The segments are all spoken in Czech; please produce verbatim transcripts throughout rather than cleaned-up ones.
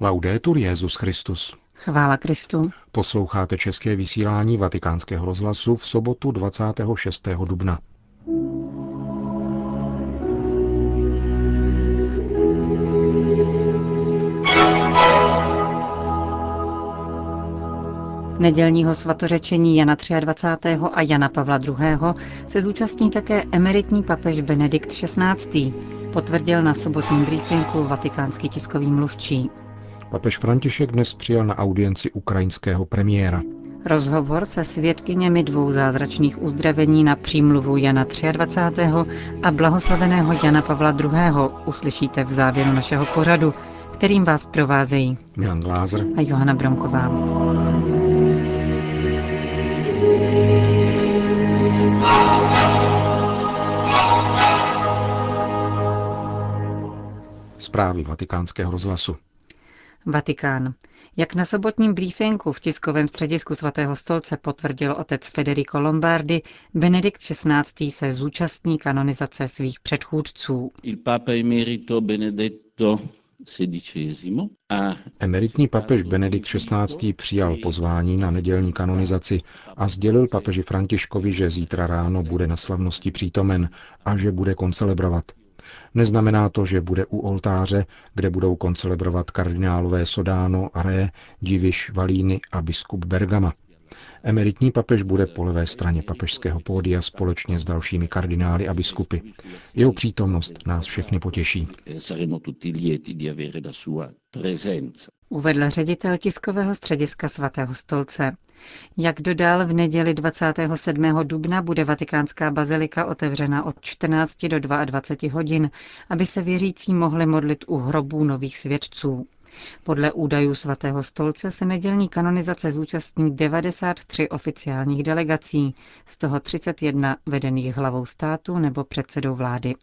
Laudetur Jesus Christus. Chvála Kristu. Posloucháte české vysílání Vatikánského rozhlasu v sobotu dvacátého šestého dubna. Nedělního svatořečení Jana dvacátého třetího a Jana Pavla druhého. se zúčastní také emeritní papež Benedikt šestnáctý. Potvrdil na sobotním briefingu vatikánský tiskový mluvčí. Papež František dnes přijel na audienci ukrajinského premiéra. Rozhovor se svědkyněmi dvou zázračných uzdravení na přímluvu Jana dvacátého třetího a blahoslaveného Jana Pavla druhého. uslyšíte v závěru našeho pořadu, kterým vás provázejí Milan Glázer a Johana Bromková. Zprávy Vatikánského rozhlasu. Vatikán. Jak na sobotním briefingu v tiskovém středisku svatého stolce potvrdil otec Federico Lombardi, Benedikt šestnáctý. se zúčastní kanonizace svých předchůdců. Emeritní papež Benedikt šestnáctý. přijal pozvání na nedělní kanonizaci a sdělil papeži Františkovi, že zítra ráno bude na slavnosti přítomen a že bude koncelebrovat. Neznamená to, že bude u oltáře, kde budou koncelebrovat kardinálové Sodano, Re, Diviš, Valíny a biskup Bergama. Emeritní papež bude po levé straně papežského pódia společně s dalšími kardinály a biskupy. Jeho přítomnost nás všechny potěší. Uvedl ředitel tiskového střediska svatého stolce. Jak dodal, v neděli dvacátého sedmého dubna bude vatikánská bazilika otevřena od čtrnácti do dvaceti dvou hodin, aby se věřící mohli modlit u hrobů nových svědců. Podle údajů svatého stolce se nedělní kanonizace zúčastní devadesát tři oficiálních delegací, z toho třicet jedna vedených hlavou státu nebo předsedou vlády.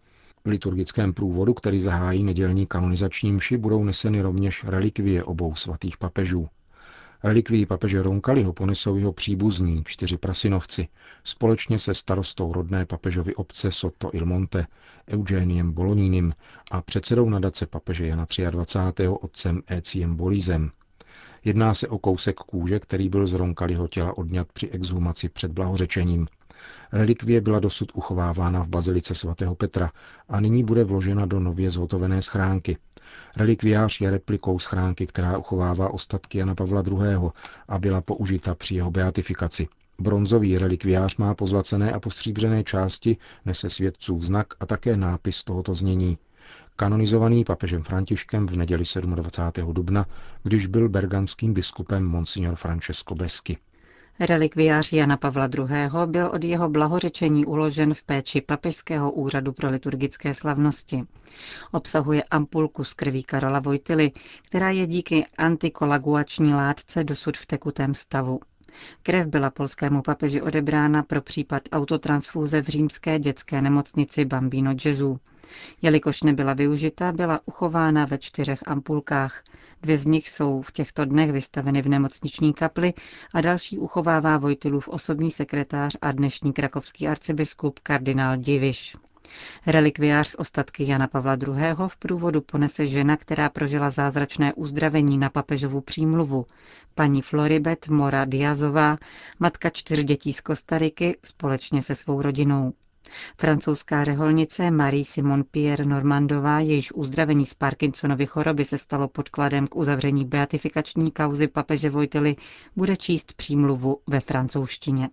V liturgickém průvodu, který zahájí nedělní kanonizační mši, budou neseny rovněž relikvie obou svatých papežů. Relikvii papeže Roncalliho ponesou jeho příbuzní, čtyři prasynovci, společně se starostou rodné papežovy obce Sotto il Monte, Eugeniem Bolonínem a předsedou nadace papeže Jana dvacátého třetího. otcem Eciem Bolízem. Jedná se o kousek kůže, který byl z Roncalliho těla odňat při exhumaci před blahořečením. Relikvie byla dosud uchovávána v bazilice svatého Petra a nyní bude vložena do nově zhotovené schránky. Relikviář je replikou schránky, která uchovává ostatky Jana Pavla druhého. a byla použita při jeho beatifikaci. Bronzový relikviář má pozlacené a postříbřené části, nese svědcův znak a také nápis tohoto znění. Kanonizovaný papežem Františkem v neděli dvacátého sedmého dubna, když byl bergamským biskupem Monsignor Francesco Besky. Relikviář Jana Pavla druhého. byl od jeho blahořečení uložen v péči Papežského úřadu pro liturgické slavnosti. Obsahuje ampulku z krví Karola Wojtyly, která je díky antikoagulační látce dosud v tekutém stavu. Krev byla polskému papeži odebrána pro případ autotransfúze v římské dětské nemocnici Bambino Gesù. Jelikož nebyla využita, byla uchována ve čtyřech ampulkách. Dvě z nich jsou v těchto dnech vystaveny v nemocniční kapli a další uchovává Wojtylův osobní sekretář a dnešní krakovský arcibiskup kardinál Diviš. Relikviář z ostatky Jana Pavla druhého. v průvodu ponese žena, která prožila zázračné uzdravení na papežovu přímluvu, paní Floribet Mora Diazová, matka čtyř dětí z Kostariky, společně se svou rodinou. Francouzská řeholnice Marie Simon Pierre Normandová, jejíž uzdravení z Parkinsonovy choroby se stalo podkladem k uzavření beatifikační kauzy papeže Wojtyly, bude číst přímluvu ve francouzštině.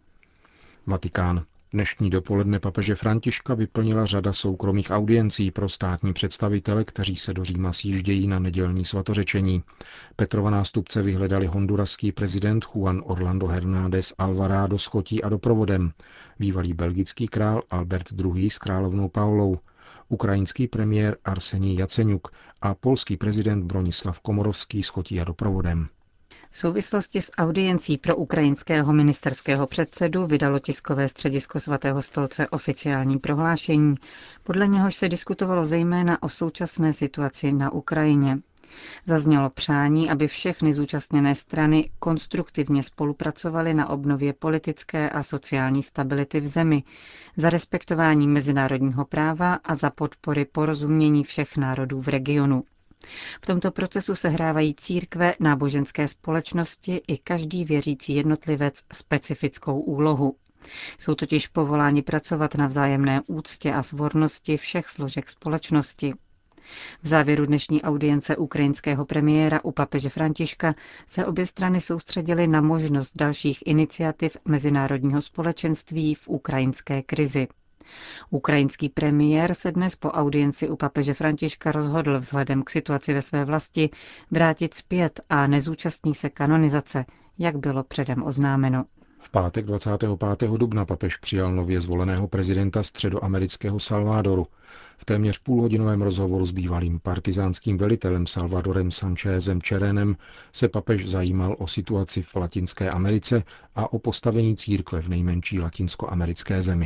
Vatikán. Dnešní dopoledne papeže Františka vyplnila řada soukromých audiencí pro státní představitele, kteří se do Říma sjíždějí na nedělní svatořečení. Petrova nástupce vyhledali honduraský prezident Juan Orlando Hernández Alvarado s chotí a doprovodem, bývalý belgický král Albert druhý. s královnou Paulou, ukrajinský premiér Arsenij Jaceňuk a polský prezident Bronislav Komorovský s chotí a doprovodem. V souvislosti s audiencí pro ukrajinského ministerského předsedu vydalo tiskové středisko svatého stolce oficiální prohlášení, podle něhož se diskutovalo zejména o současné situaci na Ukrajině. Zaznělo přání, aby všechny zúčastněné strany konstruktivně spolupracovaly na obnově politické a sociální stability v zemi, za respektování mezinárodního práva a za podpory porozumění všech národů v regionu. V tomto procesu sehrávají církve, náboženské společnosti i každý věřící jednotlivec specifickou úlohu. Jsou totiž povoláni pracovat na vzájemné úctě a svornosti všech složek společnosti. V závěru dnešní audience ukrajinského premiéra u papeže Františka se obě strany soustředily na možnost dalších iniciativ mezinárodního společenství v ukrajinské krizi. Ukrajinský premiér se dnes po audienci u papeže Františka rozhodl vzhledem k situaci ve své vlasti vrátit zpět a nezúčastní se kanonizace, jak bylo předem oznámeno. V pátek dvacátého pátého dubna papež přijal nově zvoleného prezidenta středoamerického Salvadoru. V téměř půlhodinovém rozhovoru s bývalým partizánským velitelem Salvadorem Sanchezem Cherenem se papež zajímal o situaci v Latinské Americe a o postavení církve v nejmenší latinskoamerické zemi.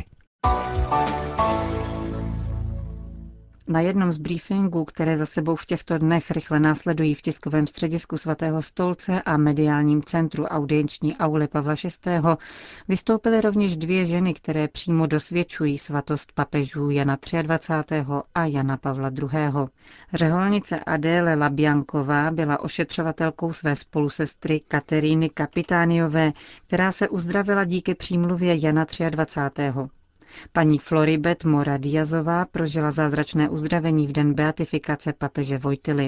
Na jednom z briefingů, které za sebou v těchto dnech rychle následují v tiskovém středisku Svatého stolce a mediálním centru audienční auly Pavla šestého., vystoupily rovněž dvě ženy, které přímo dosvědčují svatost papežů Jana dvacátého třetího a Jana Pavla druhého. Řeholnice Adéle Labianková byla ošetřovatelkou své spolusestry Kateríny Kapitániové, která se uzdravila díky přímluvě Jana dvacátého třetího. Paní Floribet Mora Diazová prožila zázračné uzdravení v den beatifikace papeže Wojtyly.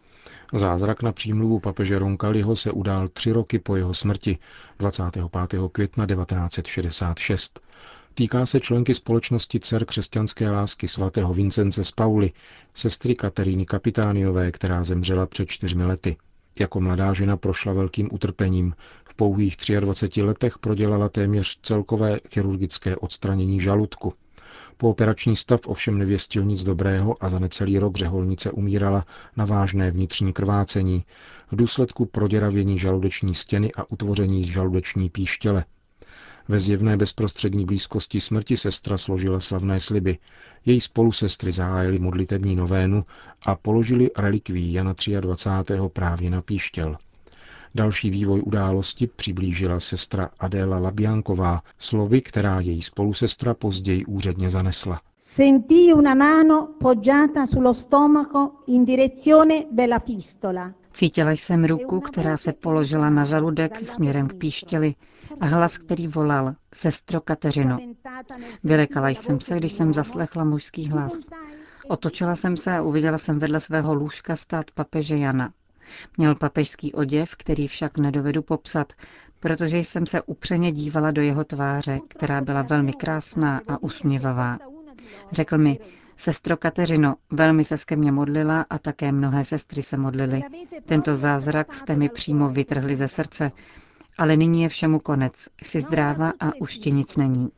Zázrak na přímluvu papeže Roncalliho se udál tři roky po jeho smrti, dvacátého pátého května devatenáct set šedesát šest. Týká se členky společnosti dcer křesťanské lásky svatého Vincence z Pauly, sestry Kateríny Kapitániové, která zemřela před čtyřmi lety. Jako mladá žena prošla velkým utrpením. V pouhých dvaceti třech letech prodělala téměř celkové chirurgické odstranění žaludku. Pooperační stav ovšem nevěstil nic dobrého a za necelý rok řeholnice umírala na vážné vnitřní krvácení v důsledku proděravění žaludeční stěny a utvoření žaludeční píštěle. Ve zjevné bezprostřední blízkosti smrti sestra složila slavné sliby. Její spolusestry zahájily modlitební novénu a položili relikvii Jana dvacátého třetího právě na píštěl. Další vývoj události přiblížila sestra Adéla Labianková, slovy, která její spolusestra později úředně zanesla. Sentì una mano poggiata sullo stomaco in direzione della pistola. Cítila jsem ruku, která se položila na žaludek směrem k píštěli a hlas, který volal: Sestro Kateřino. Vylekala jsem se, když jsem zaslechla mužský hlas. Otočila jsem se a uviděla jsem vedle svého lůžka stát papeže Jana. Měl papežský oděv, který však nedovedu popsat, protože jsem se upřeně dívala do jeho tváře, která byla velmi krásná a usměvavá. Řekl mi: Sestro Kateřino, velmi se ke mně modlila a také mnohé sestry se modlily. Tento zázrak jste mi přímo vytrhli ze srdce, ale nyní je všemu konec. Jsi zdráva a už ti nic není.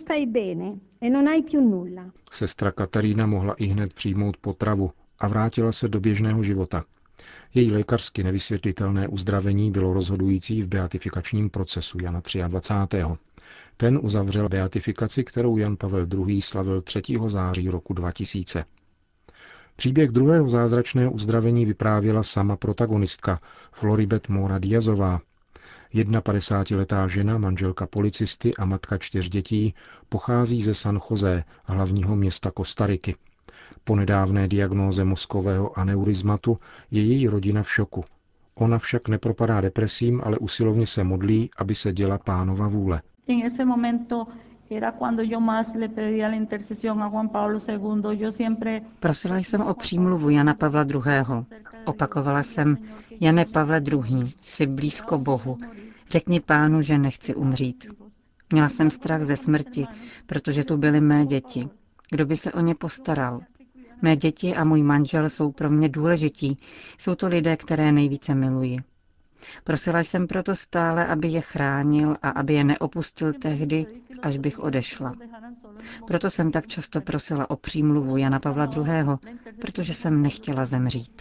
Sestra Katarína mohla ihned přijmout potravu a vrátila se do běžného života. Její lékařsky nevysvětlitelné uzdravení bylo rozhodující v beatifikačním procesu Jana dvacátého třetího. Ten uzavřel beatifikaci, kterou Jan Pavel druhý. Slavil třetího září roku dva tisíce. Příběh druhého zázračného uzdravení vyprávěla sama protagonistka Floribet Mora Diazová. padesátidvouletá žena, manželka policisty a matka čtyř dětí, pochází ze San José, hlavního města Kostariky. Po nedávné diagnóze mozkového aneurizmatu je její rodina v šoku. Ona však nepropadá depresím, ale usilovně se modlí, aby se děla Pánova vůle. Prosila jsem o přímluvu Jana Pavla druhého. Opakovala jsem: Jane Pavle druhý., jsi blízko Bohu. Řekni Pánu, že nechci umřít. Měla jsem strach ze smrti, protože tu byly mé děti. Kdo by se o ně postaral? Mé děti a můj manžel jsou pro mě důležití. Jsou to lidé, které nejvíce miluji. Prosila jsem proto stále, aby je chránil a aby je neopustil tehdy, až bych odešla. Proto jsem tak často prosila o přímluvu Jana Pavla druhého., protože jsem nechtěla zemřít.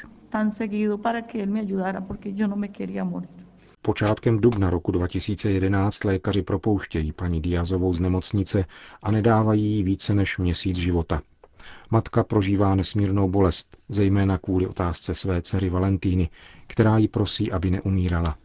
Počátkem dubna roku dva tisíce jedenáct lékaři propouštějí paní Diazovou z nemocnice a nedávají jí více než měsíc života. Matka prožívá nesmírnou bolest, zejména kvůli otázce své dcery Valentíny, která ji prosí, aby neumírala.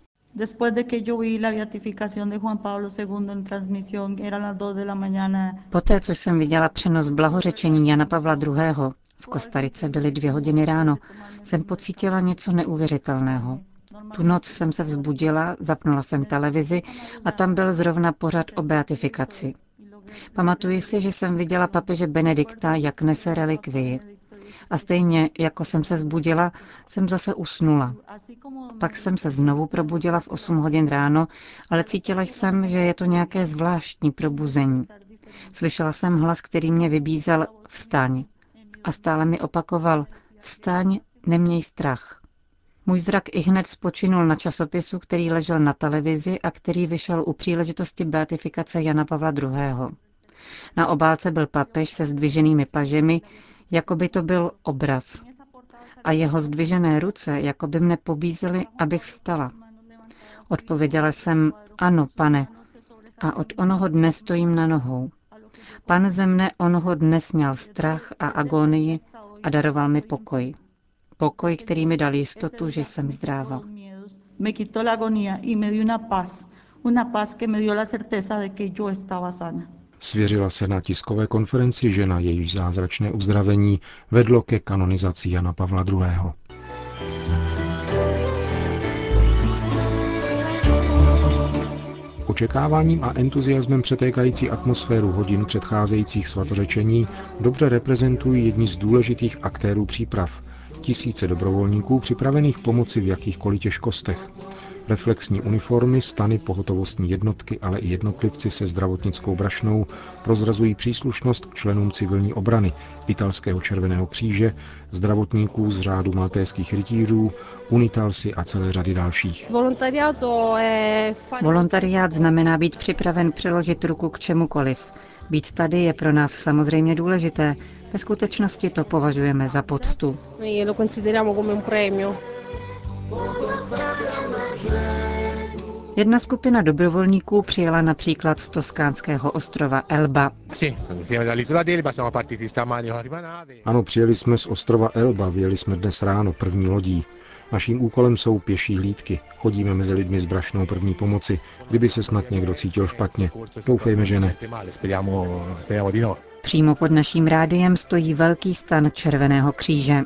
Poté, co jsem viděla přenos blahořečení Jana Pavla druhého., V Kostarice byly dvě hodiny ráno. Jsem pocítila něco neuvěřitelného. Tu noc jsem se vzbudila, zapnula jsem televizi a tam byl zrovna pořad o beatifikaci. Pamatuji si, že jsem viděla papeže Benedikta, jak nese relikvii. A stejně, jako jsem se vzbudila, jsem zase usnula. Pak jsem se znovu probudila v osm hodin ráno, ale cítila jsem, že je to nějaké zvláštní probuzení. Slyšela jsem hlas, který mě vybízel vstaň. A stále mi opakoval vstaň, neměj strach. Můj zrak ihned spočinul na časopisu, který ležel na televizi a který vyšel u příležitosti beatifikace Jana Pavla druhého. Na obálce byl papež se zdviženými pažemi, jako by to byl obraz. A jeho zdvižené ruce, jako by mne pobízely, abych vstala. Odpověděla jsem, ano, pane, a od onoho dne stojím na nohou. Pan ze mne onoho dne sňal strach a agonii a daroval mi pokoj. Pokoj, který mi dal jistotu, že jsem zdráva. Me quitó la agonía y me dio una paz, una paz que me dio la certeza de que yo estaba sana. Svěřila se na tiskové konferenci žena, jejíž zázračné uzdravení vedlo ke kanonizaci Jana Pavla druhého. Očekáváním a entuziasmem přetékající atmosféru hodin předcházejících svatořečení dobře reprezentují jedni z důležitých aktérů příprav. Tisíce dobrovolníků připravených pomoci v jakýchkoliv těžkostech. Reflexní uniformy, stany, pohotovostní jednotky, ale i jednotlivci se zdravotnickou brašnou prozrazují příslušnost k členům civilní obrany, italského Červeného kříže, zdravotníků z řádu maltéských rytířů, unitalsy a celé řady dalších. Volontariát znamená být připraven přiložit ruku k čemukoliv. Být tady je pro nás samozřejmě důležité. Ve skutečnosti to považujeme za poctu. Jedna skupina dobrovolníků přijela například z toskánského ostrova Elba. Ano, přijeli jsme z ostrova Elba, vyjeli jsme dnes ráno první lodí. Naším úkolem jsou pěší hlídky. Chodíme mezi lidmi s brašnou první pomoci, kdyby se snad někdo cítil špatně. Doufejme, že ne. Přímo pod naším rádiem stojí velký stan Červeného kříže.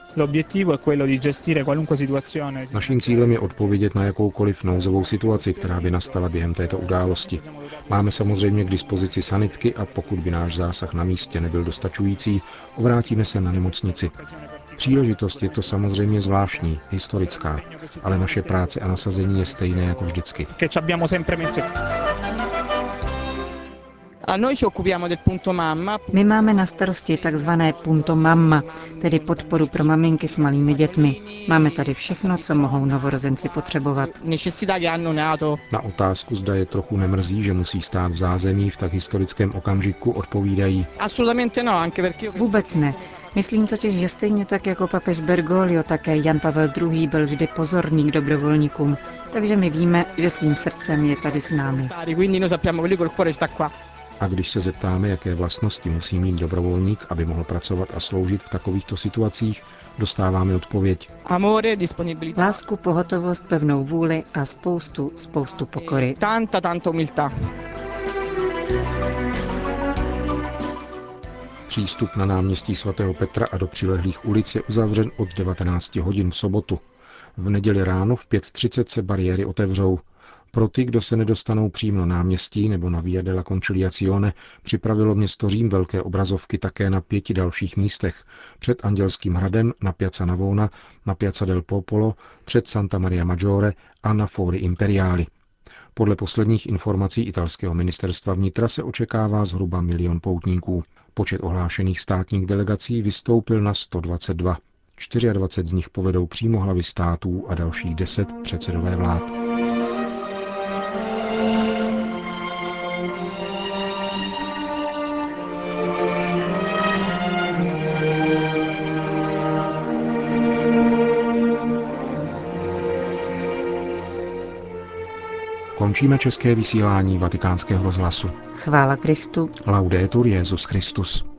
Naším cílem je odpovědět na jakoukoliv nouzovou situaci, která by nastala během této události. Máme samozřejmě k dispozici sanitky a pokud by náš zásah na místě nebyl dostačující, obrátíme se na nemocnici. Příležitost je to samozřejmě zvláštní, historická, ale naše práce a nasazení je stejné jako vždycky. My máme na starosti takzvané punto mamma, tedy podporu pro maminky s malými dětmi. Máme tady všechno, co mohou novorozenci potřebovat. Na otázku, zda je trochu nemrzí, že musí stát v zázemí v tak historickém okamžiku, odpovídají. Vůbec ne. Myslím totiž, že stejně tak jako papež Bergoglio, také Jan Pavel druhý. byl vždy pozorný k dobrovolníkům, takže my víme, že svým srdcem je tady s námi. A když se zeptáme, jaké vlastnosti musí mít dobrovolník, aby mohl pracovat a sloužit v takovýchto situacích, dostáváme odpověď. Lásku, pohotovost, pevnou vůli a spoustu, spoustu pokory. Tanta, tanta umiltà. Přístup na náměstí svatého Petra a do přilehlých ulic je uzavřen od devatenácti hodin v sobotu. V neděli ráno v pět třicet se bariéry otevřou. Pro ty, kdo se nedostanou přímo na náměstí nebo na Via della Conciliazione, připravilo město Řím velké obrazovky také na pěti dalších místech. Před Andělským hradem, na Piazza Navona, na Piazza del Popolo, před Santa Maria Maggiore a na Fori Imperiali. Podle posledních informací italského ministerstva vnitra se očekává zhruba milion poutníků. Počet ohlášených státních delegací vystoupil na sto dvacet dva. dvacet čtyři z nich povedou přímo hlavy států a dalších deset předsedové vlád. Končíme české vysílání Vatikánského rozhlasu. Chvála Kristu. Laudetur Jesus Christus.